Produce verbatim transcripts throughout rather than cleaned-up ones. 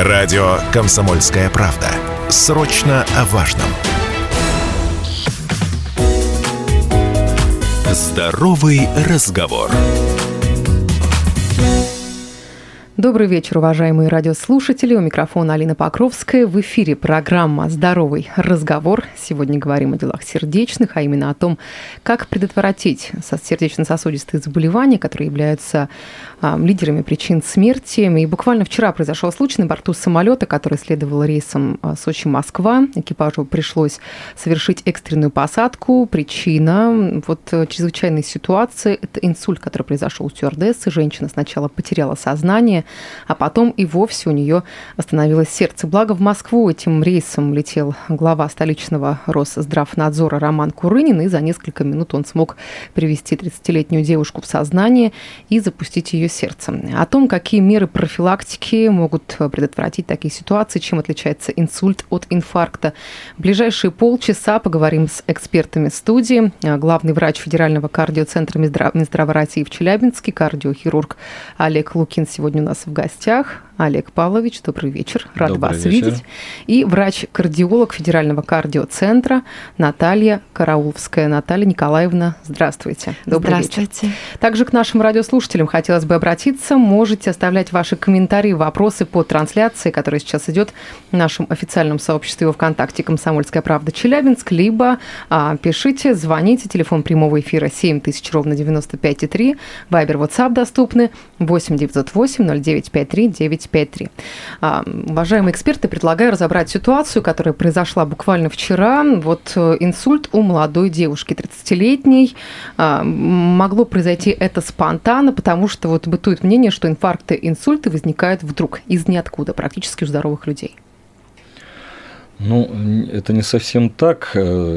Радио «Комсомольская правда». Срочно о важном. Здоровый разговор. Добрый вечер, уважаемые радиослушатели. У микрофона Алина Покровская. В эфире программа «Здоровый разговор». Сегодня говорим о делах сердечных, а именно о том, как предотвратить сердечно-сосудистые заболевания, которые являются а, лидерами причин смерти. И буквально вчера произошел случай на борту самолета, который следовал рейсом Сочи-Москва. Экипажу пришлось совершить экстренную посадку. Причина вот чрезвычайной ситуации – это инсульт, который произошел у стюардессы. Женщина сначала потеряла сознание, а потом и вовсе у нее остановилось сердце. Благо в Москву этим рейсом летел глава столичного Росздравнадзора Роман Курынин, и за несколько минут он смог привести тридцатилетнюю девушку в сознание и запустить ее сердце. О том, какие меры профилактики могут предотвратить такие ситуации, чем отличается инсульт от инфаркта, в ближайшие полчаса поговорим с экспертами студии. Главный врач Федерального кардиоцентра Минздрава России в Челябинске, кардиохирург Олег Лукин сегодня у нас в гостях. Олег Павлович, добрый вечер. Рад добрый вас вечер. видеть. И врач-кардиолог Федерального кардиоцентра Наталья Карауловская. Наталья Николаевна, здравствуйте. Добрый здравствуйте. вечер. Также к нашим радиослушателям хотелось бы обратиться. Можете оставлять ваши комментарии, вопросы по трансляции, которая сейчас идет в нашем официальном сообществе во ВКонтакте «Комсомольская правда Челябинск», либо а, пишите, звоните. Телефон прямого эфира семь тысяч ровно девяносто пять и три. Вайбер, WhatsApp доступны восемь девятьсот восемь ноль девять пять три девять пять три. А, уважаемые эксперты, предлагаю разобрать ситуацию, которая произошла буквально вчера. Вот инсульт у молодой девушки, тридцатилетней. А, могло произойти это спонтанно, потому что вот бытует мнение, что инфаркты, инсульты возникают вдруг, из ниоткуда, практически у здоровых людей. Ну, это не совсем так.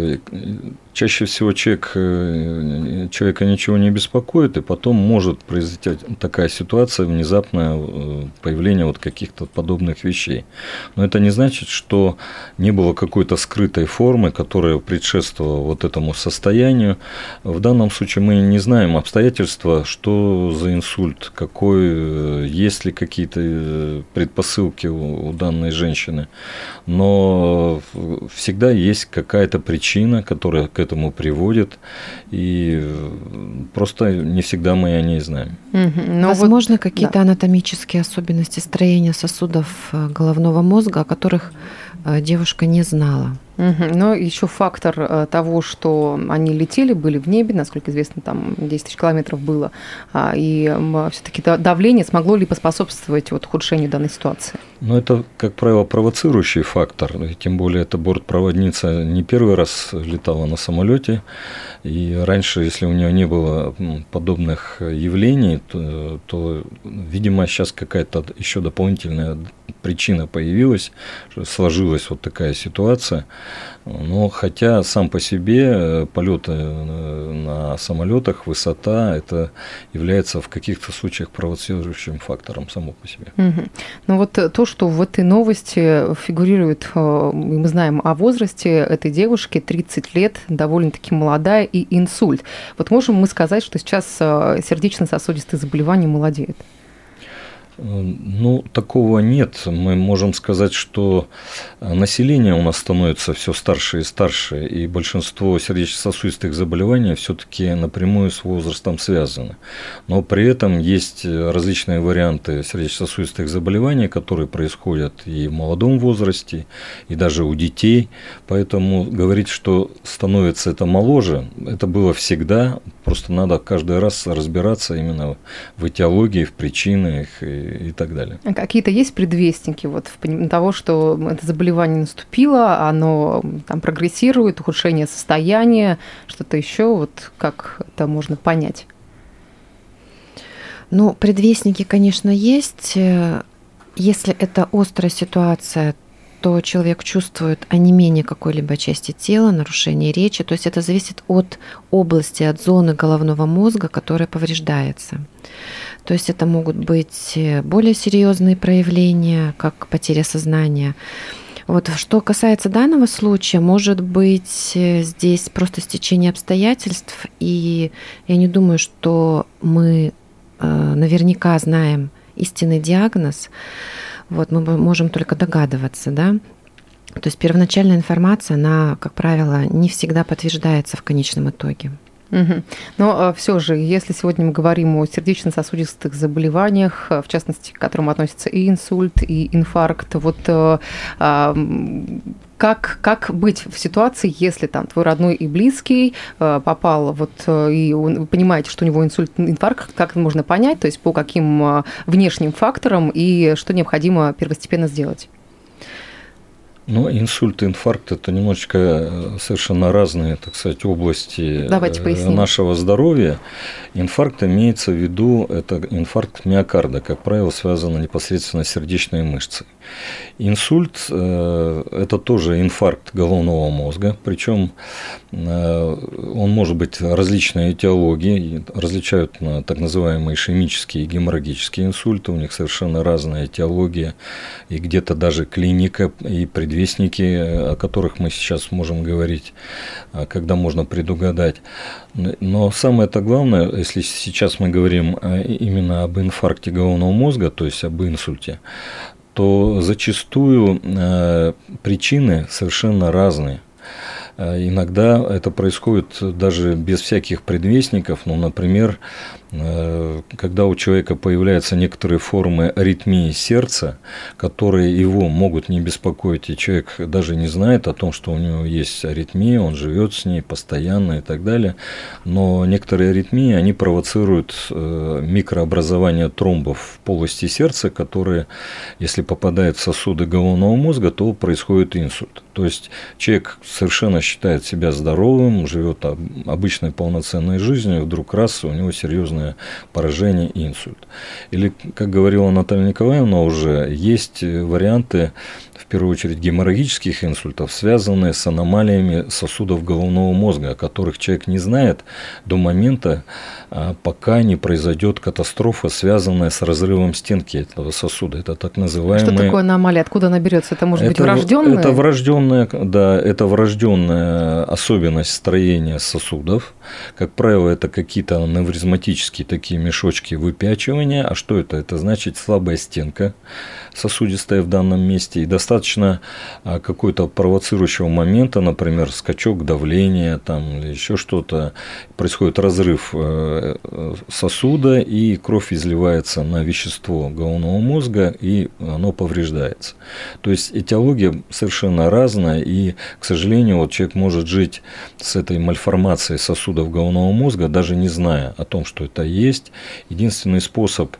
Чаще всего человек, человека ничего не беспокоит, и потом может произойти такая ситуация, внезапное появление вот каких-то подобных вещей. Но это не значит, что не было какой-то скрытой формы, которая предшествовала вот этому состоянию. В данном случае мы не знаем обстоятельства, что за инсульт, какой, есть ли какие-то предпосылки у данной женщины. Но всегда есть какая-то причина, которая к этому приводит, и просто не всегда мы о ней знаем. Угу. Возможно, вот, какие-то да. анатомические особенности строения сосудов головного мозга, о которых девушка не знала. Угу. Но еще фактор того, что они летели, были в небе, насколько известно, там десять тысяч километров было, и все-таки давление смогло ли поспособствовать вот ухудшению данной ситуации? Ну, это, как правило, провоцирующий фактор, тем более эта бортпроводница не первый раз летала на самолете, и раньше, если у нее не было подобных явлений, то, то видимо, сейчас какая-то еще дополнительная причина появилась, сложилась вот такая ситуация. Но хотя сам по себе полеты на самолетах, высота, это является в каких-то случаях провоцирующим фактором само по себе. Угу. Ну вот то, что в этой новости фигурирует, мы знаем о возрасте этой девушки, тридцать лет, довольно-таки молодая, и инсульт. Вот можем мы сказать, что сейчас сердечно-сосудистые заболевания молодеют? Ну, такого нет. Мы можем сказать, что население у нас становится все старше и старше, и большинство сердечно-сосудистых заболеваний все-таки напрямую с возрастом связаны. Но при этом есть различные варианты сердечно-сосудистых заболеваний, которые происходят и в молодом возрасте, и даже у детей. Поэтому говорить, что становится это моложе, это было всегда. Просто надо каждый раз разбираться именно в этиологии, в причинах и, и так далее. А какие-то есть предвестники вот, того, что это заболевание наступило, оно там прогрессирует, ухудшение состояния, что-то еще? Вот как это можно понять? Ну, предвестники, конечно, есть. Если это острая ситуация, то человек чувствует онемение какой-либо части тела, нарушение речи. То есть это зависит от области, от зоны головного мозга, которая повреждается. То есть это могут быть более серьезные проявления, как потеря сознания. Вот, что касается данного случая, может быть, здесь просто стечение обстоятельств, и я не думаю, что мы наверняка знаем истинный диагноз. Вот, мы можем только догадываться, да. То есть первоначальная информация, она, как правило, не всегда подтверждается в конечном итоге. Угу. Но все же, если сегодня мы говорим о сердечно-сосудистых заболеваниях, в частности, к которым относятся и инсульт, и инфаркт, вот как, как быть в ситуации, если там твой родной и близкий попал, вот, и вы понимаете, что у него инсульт, инфаркт, как это можно понять, то есть по каким внешним факторам и что необходимо первостепенно сделать? Ну, инсульт и инфаркт – это немножечко совершенно разные, так сказать, области нашего здоровья. Инфаркт имеется в виду, это инфаркт миокарда, как правило, связан непосредственно с сердечной мышцей. Инсульт – это тоже инфаркт головного мозга, причем он может быть различной этиологии, различают на так называемые ишемические и геморрагические инсульты, у них совершенно разная этиология, и где-то даже клиника и предвестники, о которых мы сейчас можем говорить, когда можно предугадать. Но самое-то главное, если сейчас мы говорим именно об инфаркте головного мозга, то есть об инсульте, то зачастую причины совершенно разные. Иногда это происходит даже без всяких предвестников, ну, например, когда у человека появляются некоторые формы аритмии сердца, которые его могут не беспокоить, и человек даже не знает о том, что у него есть аритмия, он живет с ней постоянно и так далее, но некоторые аритмии, они провоцируют микрообразование тромбов в полости сердца, которые, если попадают в сосуды головного мозга, то происходит инсульт. То есть человек совершенно считает себя здоровым, живет обычной полноценной жизнью, и вдруг раз у него серьезное поражение и инсульт. Или, как говорила Наталья Николаевна уже, есть варианты, в первую очередь, геморрагических инсультов, связанные с аномалиями сосудов головного мозга, о которых человек не знает до момента, пока не произойдет катастрофа, связанная с разрывом стенки этого сосуда. Это так называемые... Что такое аномалия? Откуда она берется? Это может это, быть врожденная? Это врожденная, да, это врожденная особенность строения сосудов. Как правило, это какие-то аневризматические такие мешочки выпячивания. А что это? Это значит слабая стенка сосудистая в данном месте, и достаточно какой-то провоцирующего момента, например, скачок давления там, или еще что-то, происходит разрыв сосуда, и кровь изливается на вещество головного мозга, и оно повреждается. То есть этиология совершенно разная, и, к сожалению, вот человек может жить с этой мальформацией сосудов головного мозга, даже не зная о том, что это есть. Единственный способ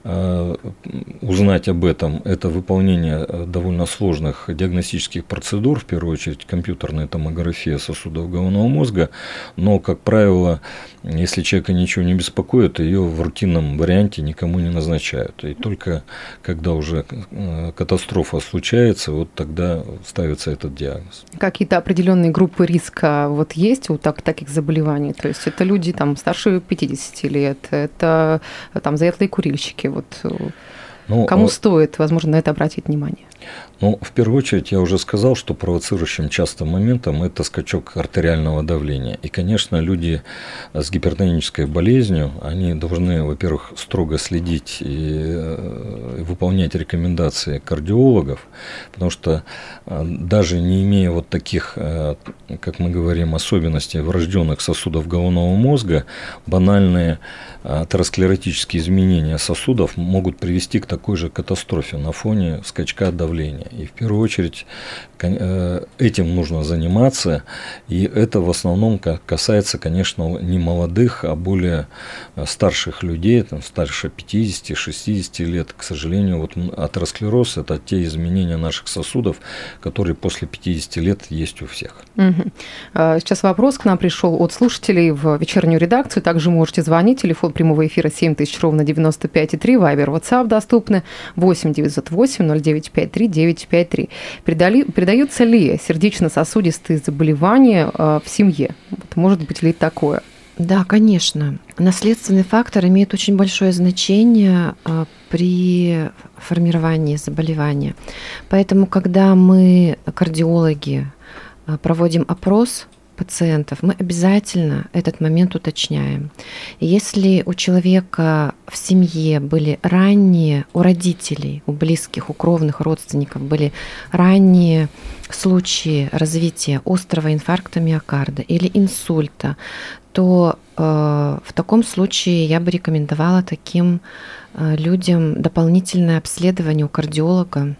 узнать об этом – это выполнение довольно сложных диагностических процедур, в первую очередь компьютерная томография сосудов головного мозга, но, как правило, если человека ничего не беспокоит, ее в рутинном варианте никому не назначают. И только когда уже катастрофа случается, вот тогда ставится этот диагноз. Какие-то определенные группы риска вот есть у так, таких заболеваний? То есть это люди там, старше пятидесяти лет, это там, заядлые курильщики. Вот, ну, кому стоит, возможно, на это обратить внимание? Ну, в первую очередь, я уже сказал, что провоцирующим часто моментом это скачок артериального давления. И, конечно, люди с гипертонической болезнью, они должны, во-первых, строго следить и выполнять рекомендации кардиологов, потому что даже не имея вот таких, как мы говорим, особенностей врожденных сосудов головного мозга, банальные атеросклеротические изменения сосудов могут привести к такой же катастрофе на фоне скачка давления. И в первую очередь этим нужно заниматься, и это в основном касается, конечно, не молодых, а более старших людей, там, старше пятидесяти-шестидесяти лет. К сожалению, вот атеросклероз – это те изменения наших сосудов, которые после пятидесяти лет есть у всех. Угу. Сейчас вопрос к нам пришел от слушателей в вечернюю редакцию. Также можете звонить. Телефон прямого эфира семь тысяч ровно девяносто пять и три. Вайбер, WhatsApp доступны восемь девятьсот восемь ноль девять пять три девять пять три. Передали, передаются ли сердечно-сосудистые заболевания в семье? Может быть ли такое? Да, конечно. Наследственный фактор имеет очень большое значение при формировании заболевания. Поэтому, когда мы, кардиологи, проводим опрос пациентов мы обязательно этот момент уточняем. И если у человека в семье были ранние, у родителей, у близких, у кровных родственников были ранние случаи развития острого инфаркта миокарда или инсульта, то э, в таком случае я бы рекомендовала таким э, людям дополнительное обследование у кардиолога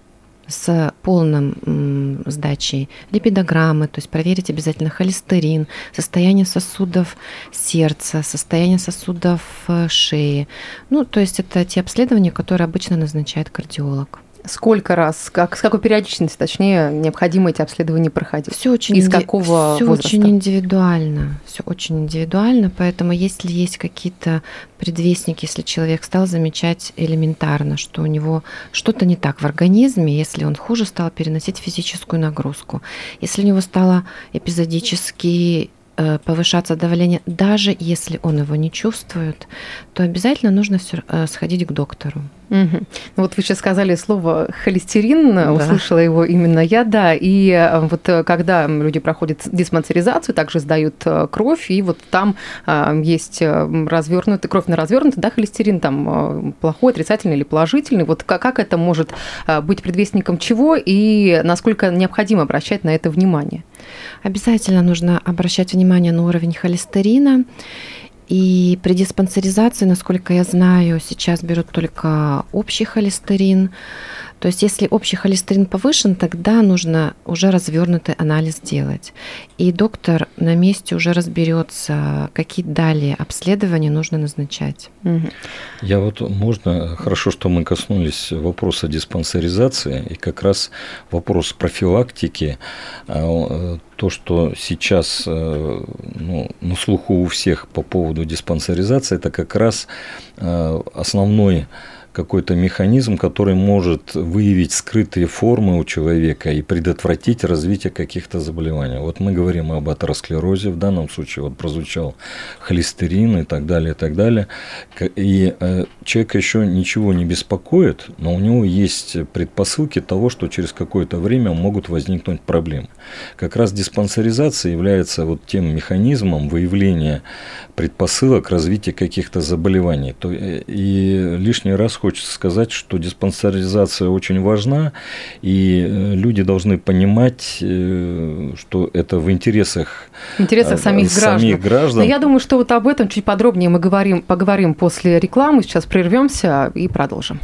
с полным м, сдачей липидограммы, то есть проверить обязательно холестерин, состояние сосудов сердца, состояние сосудов шеи. Ну, то есть это те обследования, которые обычно назначает кардиолог. Сколько раз, как, с какой периодичностью, точнее, необходимо эти обследования проходить? Все очень, Из инди... какого Всё возраста? очень индивидуально. Все очень индивидуально, поэтому если есть какие-то предвестники, если человек стал замечать элементарно, что у него что-то не так в организме, если он хуже стал переносить физическую нагрузку, если у него стало эпизодически повышаться давление, даже если он его не чувствует, то обязательно нужно всё сходить к доктору. Угу. Ну, вот вы сейчас сказали слово холестерин, да. Услышала его именно я, да, и вот когда люди проходят диспансеризацию, также сдают кровь, и вот там есть развернутый, кровь на развернутый, да, холестерин там плохой, отрицательный или положительный, вот как, как это может быть предвестником чего и насколько необходимо обращать на это внимание? Обязательно нужно обращать внимание на уровень холестерина. И при диспансеризации, насколько я знаю, сейчас берут только общий холестерин. То есть если общий холестерин повышен, тогда нужно уже развернутый анализ делать. И доктор на месте уже разберется, какие далее обследования нужно назначать. Я вот, можно, хорошо, что мы коснулись вопроса диспансеризации, и как раз вопрос профилактики, то, что сейчас ну, на слуху у всех по поводу диспансеризации, это как раз основной какой-то механизм, который может выявить скрытые формы у человека и предотвратить развитие каких-то заболеваний. Вот мы говорим об атеросклерозе, в данном случае вот прозвучал холестерин и так далее, и так далее. И человека еще ничего не беспокоит, но у него есть предпосылки того, что через какое-то время могут возникнуть проблемы. Как раз диспансеризация является вот тем механизмом выявления предпосылок развития каких-то заболеваний. И лишний раз хочется сказать, что диспансеризация очень важна, и люди должны понимать, что это в интересах, в интересах самих, самих граждан. граждан. Но я думаю, что вот об этом чуть подробнее мы говорим, поговорим после рекламы. Сейчас прервемся и продолжим.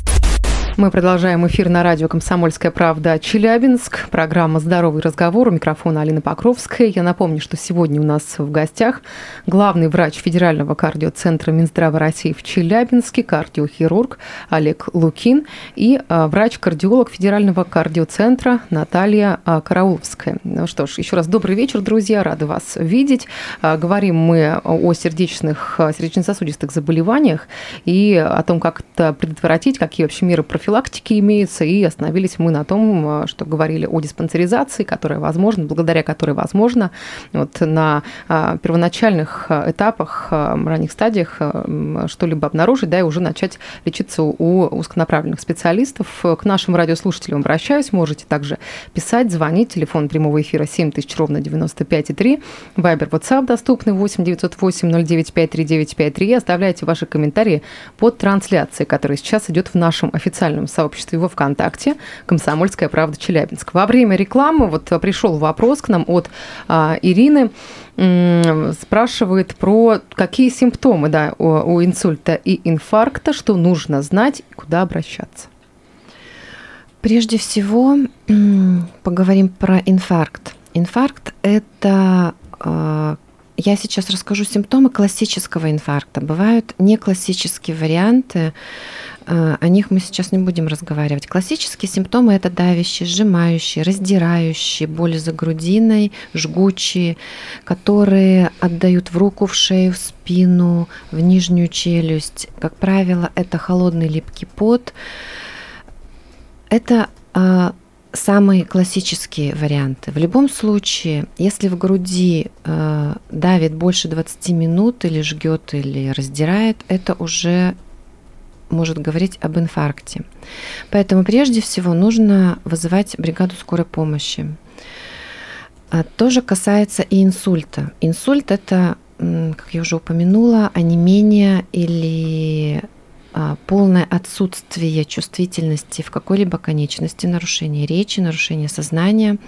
Мы продолжаем эфир на радио «Комсомольская правда» Челябинск. Программа «Здоровый разговор». У микрофона Алина Покровская. Я напомню, что сегодня у нас в гостях главный врач Федерального кардиоцентра Минздрава России в Челябинске, кардиохирург Олег Лукин и врач-кардиолог Федерального кардиоцентра Наталья Карауловская. Ну что ж, еще раз добрый вечер, друзья. Рады вас видеть. Говорим мы о сердечных, сердечно-сосудистых заболеваниях и о том, как это предотвратить, какие вообще меры профилактики профилактики имеются, и остановились мы на том, что говорили о диспансеризации, которая возможна, благодаря которой возможно вот на первоначальных этапах, ранних стадиях что-либо обнаружить, да, и уже начать лечиться у узконаправленных специалистов. К нашим радиослушателям обращаюсь, можете также писать, звонить, телефон прямого эфира семь тысяч ровно девяносто пять и три, Вайбер, WhatsApp доступны восемь девятьсот восемь ноль девять пять три девять пять три, оставляйте ваши комментарии под трансляцией, которая сейчас идет в нашем официальном сообществе во ВКонтакте «Комсомольская правда Челябинск». Во время рекламы вот пришел вопрос к нам от а, Ирины, м- спрашивает про какие симптомы, да, у, у инсульта и инфаркта, что нужно знать и куда обращаться. Прежде всего поговорим про инфаркт. Инфаркт – это… Я сейчас расскажу симптомы классического инфаркта. Бывают неклассические варианты, о них мы сейчас не будем разговаривать. Классические симптомы – это давящие, сжимающие, раздирающие, боли за грудиной, жгучие, которые отдают в руку, в шею, в спину, в нижнюю челюсть. Как правило, это холодный липкий пот. Это самые классические варианты. В любом случае, если в груди э, давит больше двадцати минут или жгет, или раздирает, это уже может говорить об инфаркте. Поэтому прежде всего нужно вызывать бригаду скорой помощи. Тоже касается и инсульта. Инсульт – это, как я уже упомянула, онемение или полное отсутствие чувствительности в какой-либо конечности, нарушение речи, нарушение сознания.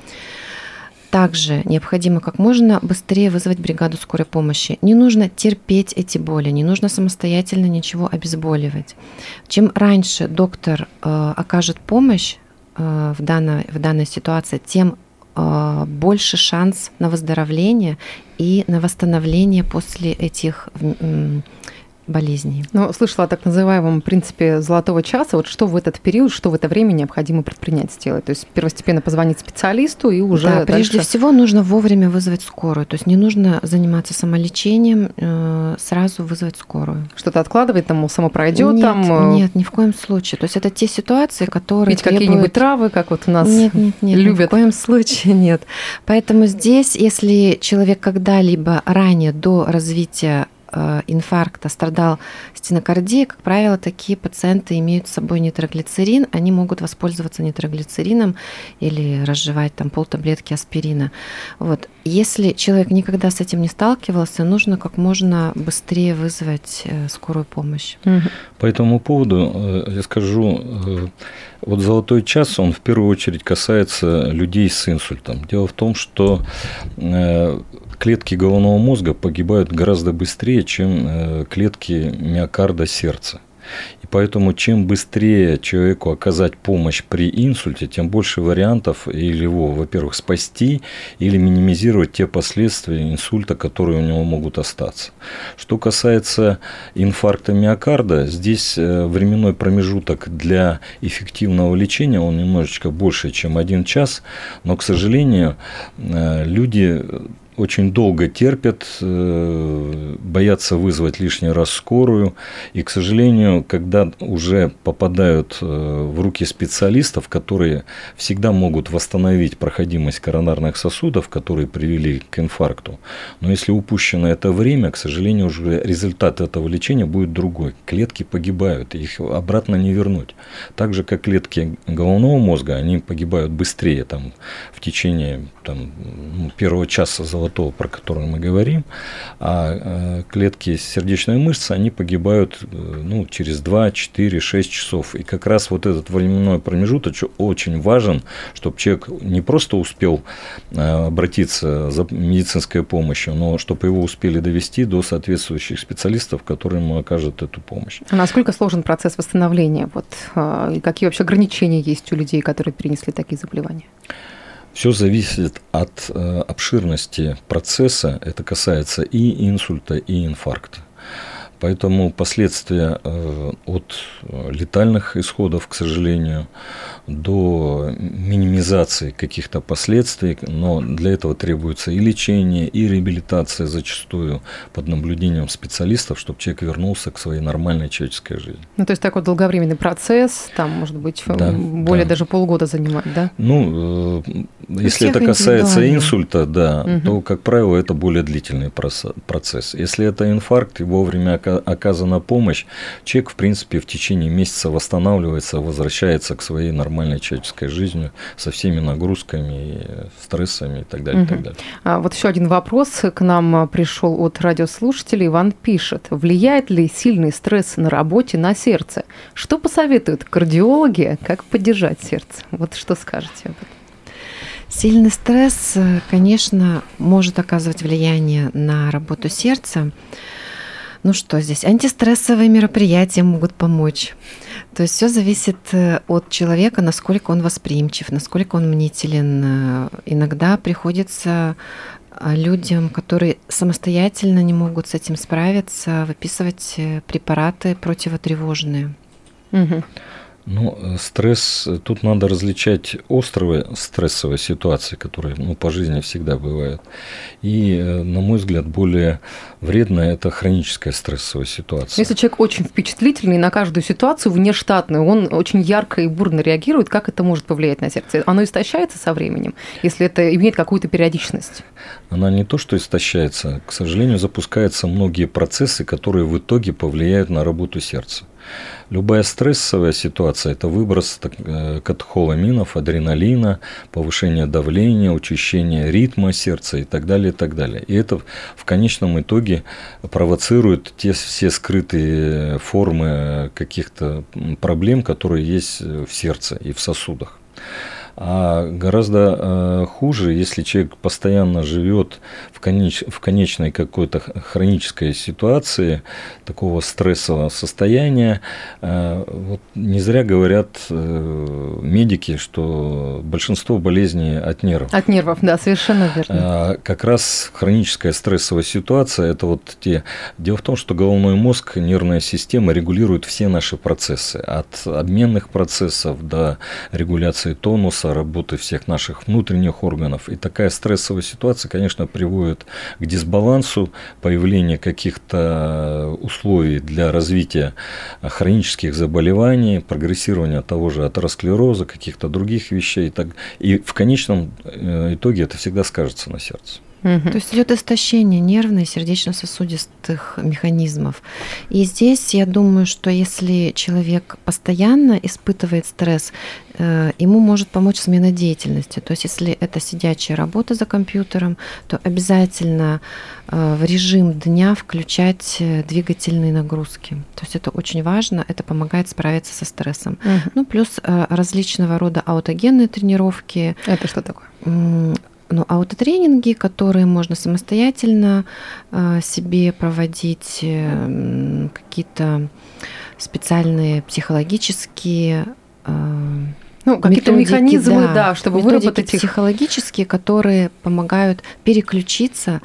Также необходимо как можно быстрее вызвать бригаду скорой помощи. Не нужно терпеть эти боли, не нужно самостоятельно ничего обезболивать. Чем раньше доктор э, окажет помощь э, в, данной, в данной ситуации, тем э, больше шанс на выздоровление и на восстановление после этих э, болезней. Ну, слышала о так называемом принципе золотого часа. Вот что в этот период, что в это время необходимо предпринять, сделать? То есть первостепенно позвонить специалисту и уже да, дальше... прежде всего нужно вовремя вызвать скорую. То есть не нужно заниматься самолечением, сразу вызвать скорую. Что-то откладывать, там, мол, само пройдет? Нет, там... нет, ни в коем случае. То есть это те ситуации, которые пить требуют... какие-нибудь травы, как вот у нас нет, нет, нет, любят? Ни в коем случае нет. Поэтому здесь, если человек когда-либо ранее до развития инфаркта страдал стенокардией, как правило, такие пациенты имеют с собой нитроглицерин, они могут воспользоваться нитроглицерином или разжевать там полтаблетки аспирина. Вот. Если человек никогда с этим не сталкивался, нужно как можно быстрее вызвать скорую помощь. По этому поводу я скажу, вот золотой час, он в первую очередь касается людей с инсультом. Дело в том, что клетки головного мозга погибают гораздо быстрее, чем клетки миокарда сердца. И поэтому чем быстрее человеку оказать помощь при инсульте, тем больше вариантов или его, во-первых, спасти или минимизировать те последствия инсульта, которые у него могут остаться. Что касается инфаркта миокарда, здесь временной промежуток для эффективного лечения, он немножечко больше, чем один час, но, к сожалению, люди очень долго терпят, боятся вызвать лишний раз скорую. И, к сожалению, когда уже попадают в руки специалистов, которые всегда могут восстановить проходимость коронарных сосудов, которые привели к инфаркту, но если упущено это время, к сожалению, уже результат этого лечения будет другой. Клетки погибают, их обратно не вернуть. Так же, как клетки головного мозга, они погибают быстрее там, в течение там, первого часа золотого, про который мы говорим, а клетки сердечной мышцы, они погибают ну, через два, четыре, шесть часов. И как раз вот этот временной промежуток очень важен, чтобы человек не просто успел обратиться за медицинской помощью, но чтобы его успели довести до соответствующих специалистов, которые ему окажут эту помощь. А насколько сложен процесс восстановления? Вот, и какие вообще ограничения есть у людей, которые перенесли такие заболевания? Все зависит от э, обширности процесса, это касается и инсульта, и инфаркта. Поэтому последствия э, от летальных исходов, к сожалению, до минимизации каких-то последствий, но для этого требуется и лечение, и реабилитация зачастую под наблюдением специалистов, чтобы человек вернулся к своей нормальной человеческой жизни. Ну, то есть такой долговременный процесс, там, может быть, да, более да. даже полгода занимать, да? Ну, э, если это касается инсульта, да, угу. то, как правило, это более длительный процесс. Если это инфаркт и вовремя оказана помощь, человек, в принципе, в течение месяца восстанавливается, возвращается к своей нормальной человеческой жизни со всеми нагрузками, стрессами и так далее. Угу. И так далее. А вот еще один вопрос к нам пришел от радиослушателей. Иван пишет: влияет ли сильный стресс на работе на сердце? Что посоветуют кардиологи, как поддержать сердце? Вот что скажете об этом? Сильный стресс, конечно, может оказывать влияние на работу сердца. Ну что здесь? Антистрессовые мероприятия могут помочь. То есть все зависит от человека, насколько он восприимчив, насколько он мнителен. Иногда приходится людям, которые самостоятельно не могут с этим справиться, выписывать препараты противотревожные. Угу. Ну, стресс, тут надо различать острые стрессовые ситуации, которые ну, по жизни всегда бывают. И, на мой взгляд, более вредная – это хроническая стрессовая ситуация. Если человек очень впечатлительный на каждую ситуацию внештатную, он очень ярко и бурно реагирует, как это может повлиять на сердце? Оно истощается со временем, если это имеет какую-то периодичность? Она не то, что истощается, к сожалению, запускаются многие процессы, которые в итоге повлияют на работу сердца. Любая стрессовая ситуация – это выброс катехоламинов, адреналина, повышение давления, учащение ритма сердца и так далее, и так далее. И это в конечном итоге провоцирует те все скрытые формы каких-то проблем, которые есть в сердце и в сосудах. А гораздо хуже, если человек постоянно живет в, конеч... в конечной какой-то хронической ситуации, такого стрессового состояния. Вот не зря говорят медики, что большинство болезней от нервов. От нервов, да, совершенно верно. Как раз хроническая стрессовая ситуация – это вот те… Дело в том, что головной мозг, нервная система регулирует все наши процессы, от обменных процессов до регуляции тонуса, работы всех наших внутренних органов. И такая стрессовая ситуация, конечно, приводит к дисбалансу, появлению каких-то условий для развития хронических заболеваний, прогрессирования того же атеросклероза, каких-то других вещей. И в конечном итоге это всегда скажется на сердце. Угу. То есть идет истощение нервных, сердечно-сосудистых механизмов. И здесь я думаю, что если человек постоянно испытывает стресс, ему может помочь смена деятельности. То есть если это сидячая работа за компьютером, то обязательно в режим дня включать двигательные нагрузки. То есть это очень важно, это помогает справиться со стрессом. Угу. Ну, плюс различного рода аутогенные тренировки. Это что такое? Ну, аутотренинги, которые можно самостоятельно э, себе проводить, э, какие-то специальные психологические э, ну, какие-то методики, механизмы, да, да, чтобы методики выработать их. Психологические, которые помогают переключиться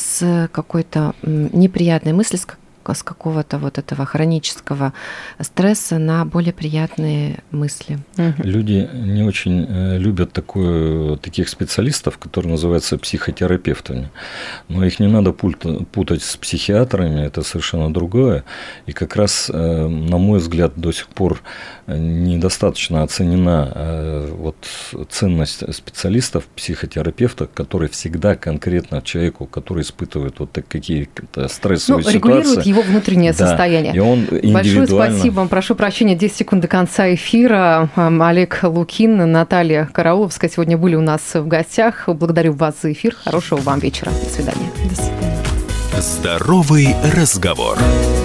с какой-то неприятной мысли, с с какого-то вот этого хронического стресса на более приятные мысли. Люди не очень любят такое, таких специалистов, которые называются психотерапевтами. Но их не надо путать с психиатрами, это совершенно другое. И как раз, на мой взгляд, до сих пор недостаточно оценена вот ценность специалистов, психотерапевтов, которые всегда конкретно человеку, который испытывает вот какие-то стрессовые ну, ситуации, его внутреннее да, состояние. И он Большое спасибо вам. Прошу прощения, десять секунд до конца эфира. Олег Лукин, Наталья Карауловская сегодня были у нас в гостях. Благодарю вас за эфир. Хорошего вам вечера. До свидания. До свидания. Здоровый разговор.